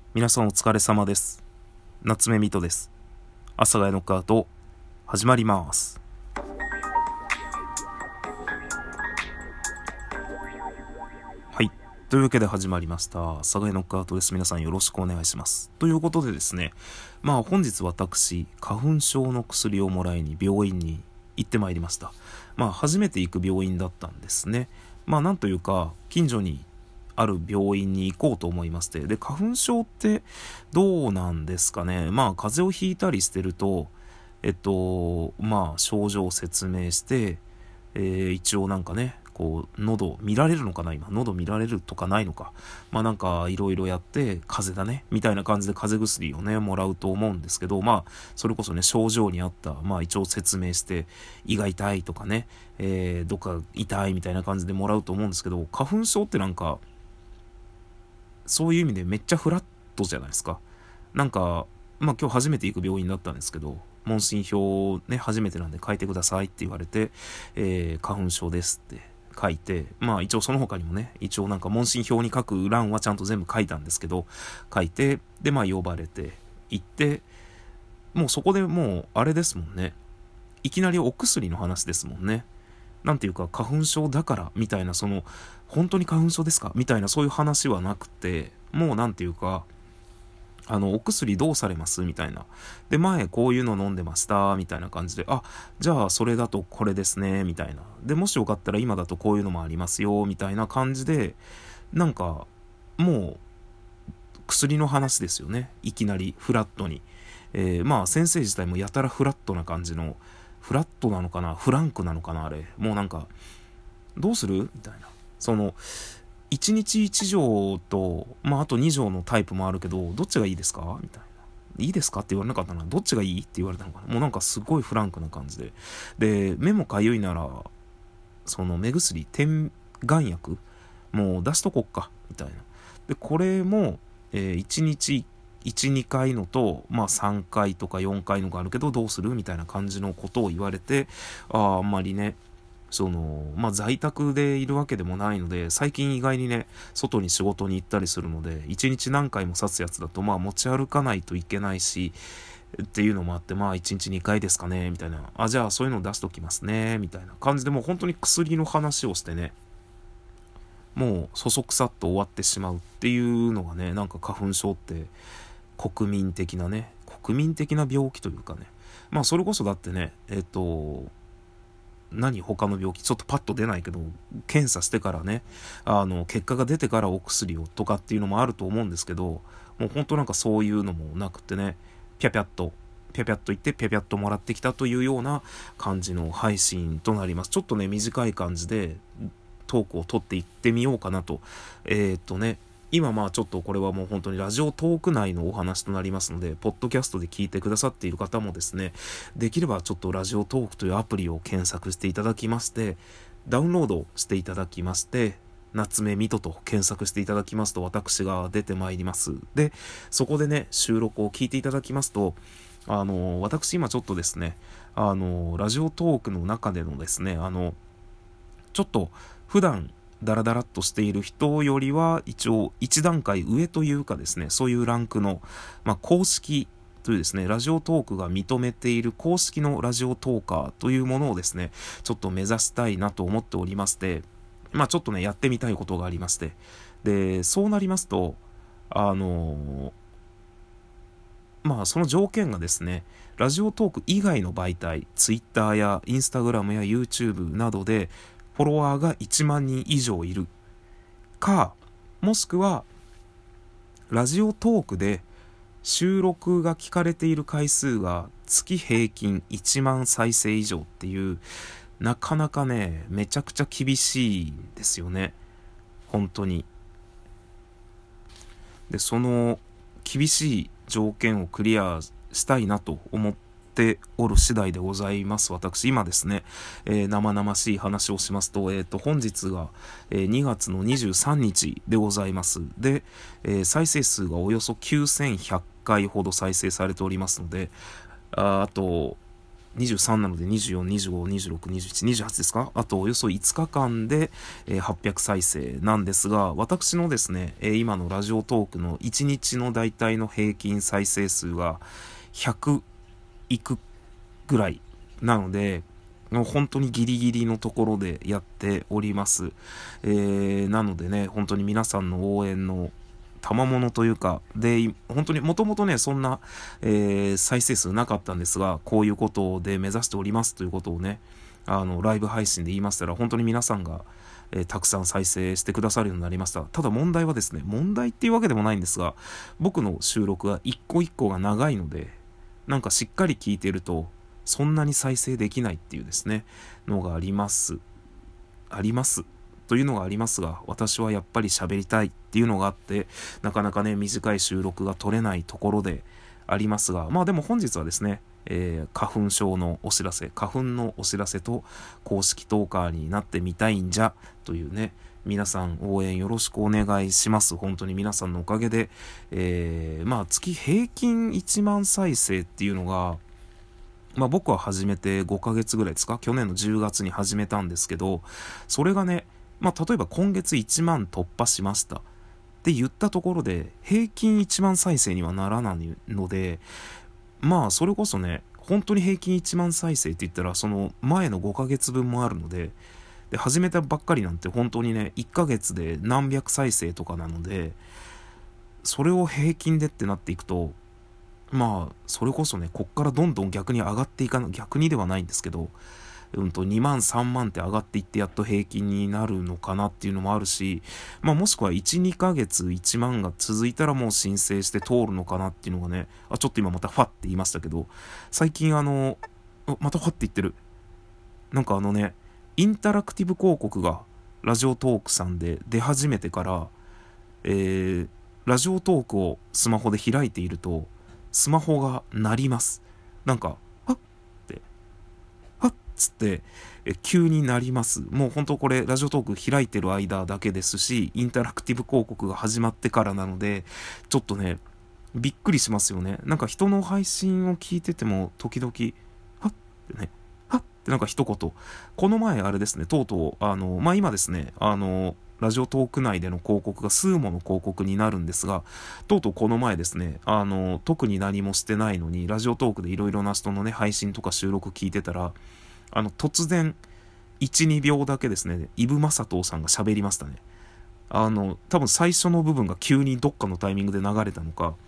皆さんお疲れ様です。夏目みとです。阿佐ヶ谷ノックアウト始まります。はい。というわけで始まりました。阿佐ヶ谷ノックアウトです。皆さんよろしくお願いします。ということでですね、本日私、花粉症の薬をもらいに病院に行ってまいりました。初めて行く病院だったんですね。なんというか、近所にある病院に行こうと思いまして。で、花粉症ってどうなんですかね。風邪をひいたりしてると、症状を説明して、一応なんかね、喉見られるのかな今。喉見られるとかないのか。いろいろやって、風邪だね。みたいな感じで風邪薬をね、もらうと思うんですけど、それこそね、症状に合った、一応説明して、胃が痛いとかね、どっか痛いみたいな感じでもらうと思うんですけど、花粉症ってそういう意味でめっちゃフラットじゃないですか。今日初めて行く病院だったんですけど、問診票ね、初めてなんで書いてくださいって言われて、花粉症ですって書いて、一応その他にもね、一応問診票に書く欄はちゃんと全部書いたんですけど、書いて、で、呼ばれて、行って、もうそこでもう、あれですもんね。いきなりお薬の話ですもんね。なんていうか、花粉症だからみたいな、本当に花粉症ですかみたいな、そういう話はなくて、もうなんていうか、お薬どうされますみたいな。で、前こういうの飲んでましたみたいな感じで、じゃあそれだとこれですねみたいな。で、もしよかったら今だとこういうのもありますよみたいな感じで、もう薬の話ですよね。いきなりフラットに。先生自体もやたらフラットな感じの、フラットなのかなフランクなのかなあれ。もうどうするみたいな。1日1錠と、あと2錠のタイプもあるけど、どっちがいいですかみたいな。いいですかって言われなかったな。どっちがいいって言われたのかな。もうすごいフランクな感じで。で、目もかゆいなら、目薬、点眼薬、もう出しとこっか、みたいな。で、これも、1日1、2回のと、3回とか4回のがあるけど、どうするみたいな感じのことを言われて、あんまりね、在宅でいるわけでもないので、最近意外にね、外に仕事に行ったりするので、1日何回も刺すやつだと、持ち歩かないといけないし、っていうのもあって、1日2回ですかね、みたいな。じゃあそういうの出しときますね、みたいな感じで、もう本当に薬の話をしてね、もうそそくさっと終わってしまうっていうのがね、花粉症って国民的なね、国民的な病気というかね、それこそだってね、他の病気ちょっとパッと出ないけど、検査してからね、結果が出てからお薬をとかっていうのもあると思うんですけど、もう本当そういうのもなくてね、ぴゃぴゃっと言ってぴゃぴゃっともらってきたというような感じの配信となります。ちょっとね、短い感じでトークを取っていってみようかなと。今ちょっとこれはもう本当にラジオトーク内のお話となりますので、ポッドキャストで聞いてくださっている方もですね、できればちょっとラジオトークというアプリを検索していただきまして、ダウンロードしていただきまして、夏目みとと検索していただきますと私が出てまいります。で、そこでね、収録を聞いていただきますと、私今ちょっとですね、ラジオトークの中でのですね、ちょっと普段ダラダラっとしている人よりは一応一段階上というかですね、そういうランクの、公式というですね、ラジオトークが認めている公式のラジオトーカーというものをですね、ちょっと目指したいなと思っておりまして、ちょっとね、やってみたいことがありまして、で、そうなりますと、その条件がですね、ラジオトーク以外の媒体、Twitter や Instagram や YouTube などで、フォロワーが1万人以上いるか、もしくは、ラジオトークで収録が聞かれている回数が月平均1万再生以上っていう、なかなかね、めちゃくちゃ厳しいんですよね。本当に。で、その厳しい条件をクリアしたいなと思っておる次第でございます。私、今ですね、生々しい話をしますと、本日が、2月の23日でございます。で、再生数がおよそ9100回ほど再生されておりますので、あと、 23なので24、25、26、27、28ですか？あとおよそ5日間で、800再生なんですが、私のですね、今のラジオトークの1日の大体の平均再生数が100いくぐらいなので、もう本当にギリギリのところでやっております。なのでね、本当に皆さんの応援の賜物というか、で、本当にもともとね、そんな、再生数なかったんですが、こういうことで目指しておりますということをね、ライブ配信で言いましたら、本当に皆さんが、たくさん再生してくださるようになりました。ただ問題はですね、問題っていうわけでもないんですが、僕の収録は一個一個が長いので、なんかしっかり聞いてると、そんなに再生できないっていうですね、のがあります。あります。というのがありますが、私はやっぱり喋りたいっていうのがあって、なかなかね、短い収録が取れないところでありますが、まあでも本日はですね、花粉症のお知らせ、花粉のお知らせと公式トーカーになってみたいんじゃというね、皆さん応援よろしくお願いします。本当に皆さんのおかげで、まあ月平均1万再生っていうのが、まあ僕は始めて5ヶ月ぐらいですか？去年の10月に始めたんですけど、それがね、まあ例えば今月1万突破しましたって言ったところで、平均1万再生にはならないので、まあそれこそね、本当に平均1万再生って言ったら、その前の5ヶ月分もあるので、で、始めたばっかりなんて本当にね、1ヶ月で何百再生とかなので、それを平均でってなっていくと、まあ、それこそね、こっからどんどん逆に上がっていかな、逆にではないんですけど、2万3万って上がっていってやっと平均になるのかなっていうのもあるし、まあもしくは1、2ヶ月1万が続いたらもう申請して通るのかなっていうのがね、ちょっと今またファって言いましたけど、最近またファって言ってる。なんかインタラクティブ広告がラジオトークさんで出始めてから、ラジオトークをスマホで開いていると、スマホが鳴ります。なんか、はっって、はっつって、急になります。もう本当これ、ラジオトーク開いてる間だけですし、インタラクティブ広告が始まってからなので、ちょっとね、びっくりしますよね。なんか人の配信を聞いてても、時々、はっってね、はっってなんか一言。この前あれですね、とうとう、まあ、今ですね、ラジオトーク内での広告がスーモの広告になるんですが、とうとうこの前ですね、特に何もしてないのに、ラジオトークでいろいろな人のね、配信とか収録聞いてたら、突然、1、2秒だけですね、イブマサトウさんが喋りましたね。多分最初の部分が急にどっかのタイミングで流れたのか、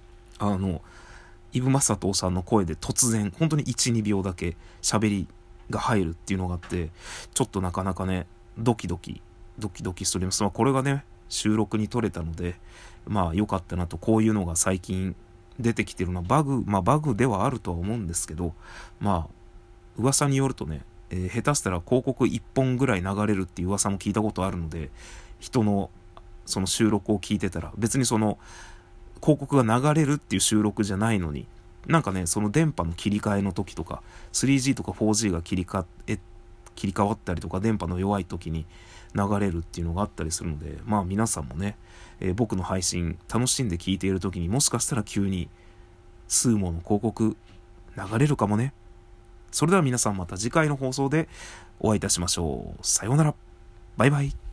イブマサトウさんの声で突然、本当に1、2秒だけ喋りが入るっていうのがあって、ちょっとなかなかね、ドキドキしております。まあこれがね、収録に撮れたので、まあ良かったなと、こういうのが最近出てきてるのはバグではあるとは思うんですけど、まあ、噂によるとね、下手したら広告1本ぐらい流れるっていう噂も聞いたことあるので、人のその収録を聞いてたら、別にその広告が流れるっていう収録じゃないのに、なんかね、その電波の切り替えの時とか、3G とか 4G が切り替わったりとか、電波の弱い時に流れるっていうのがあったりするので、まあ皆さんもね、僕の配信楽しんで聞いている時にもしかしたら急にスーモの広告流れるかもね。それでは皆さんまた次回の放送でお会いいたしましょう。さようなら。バイバイ。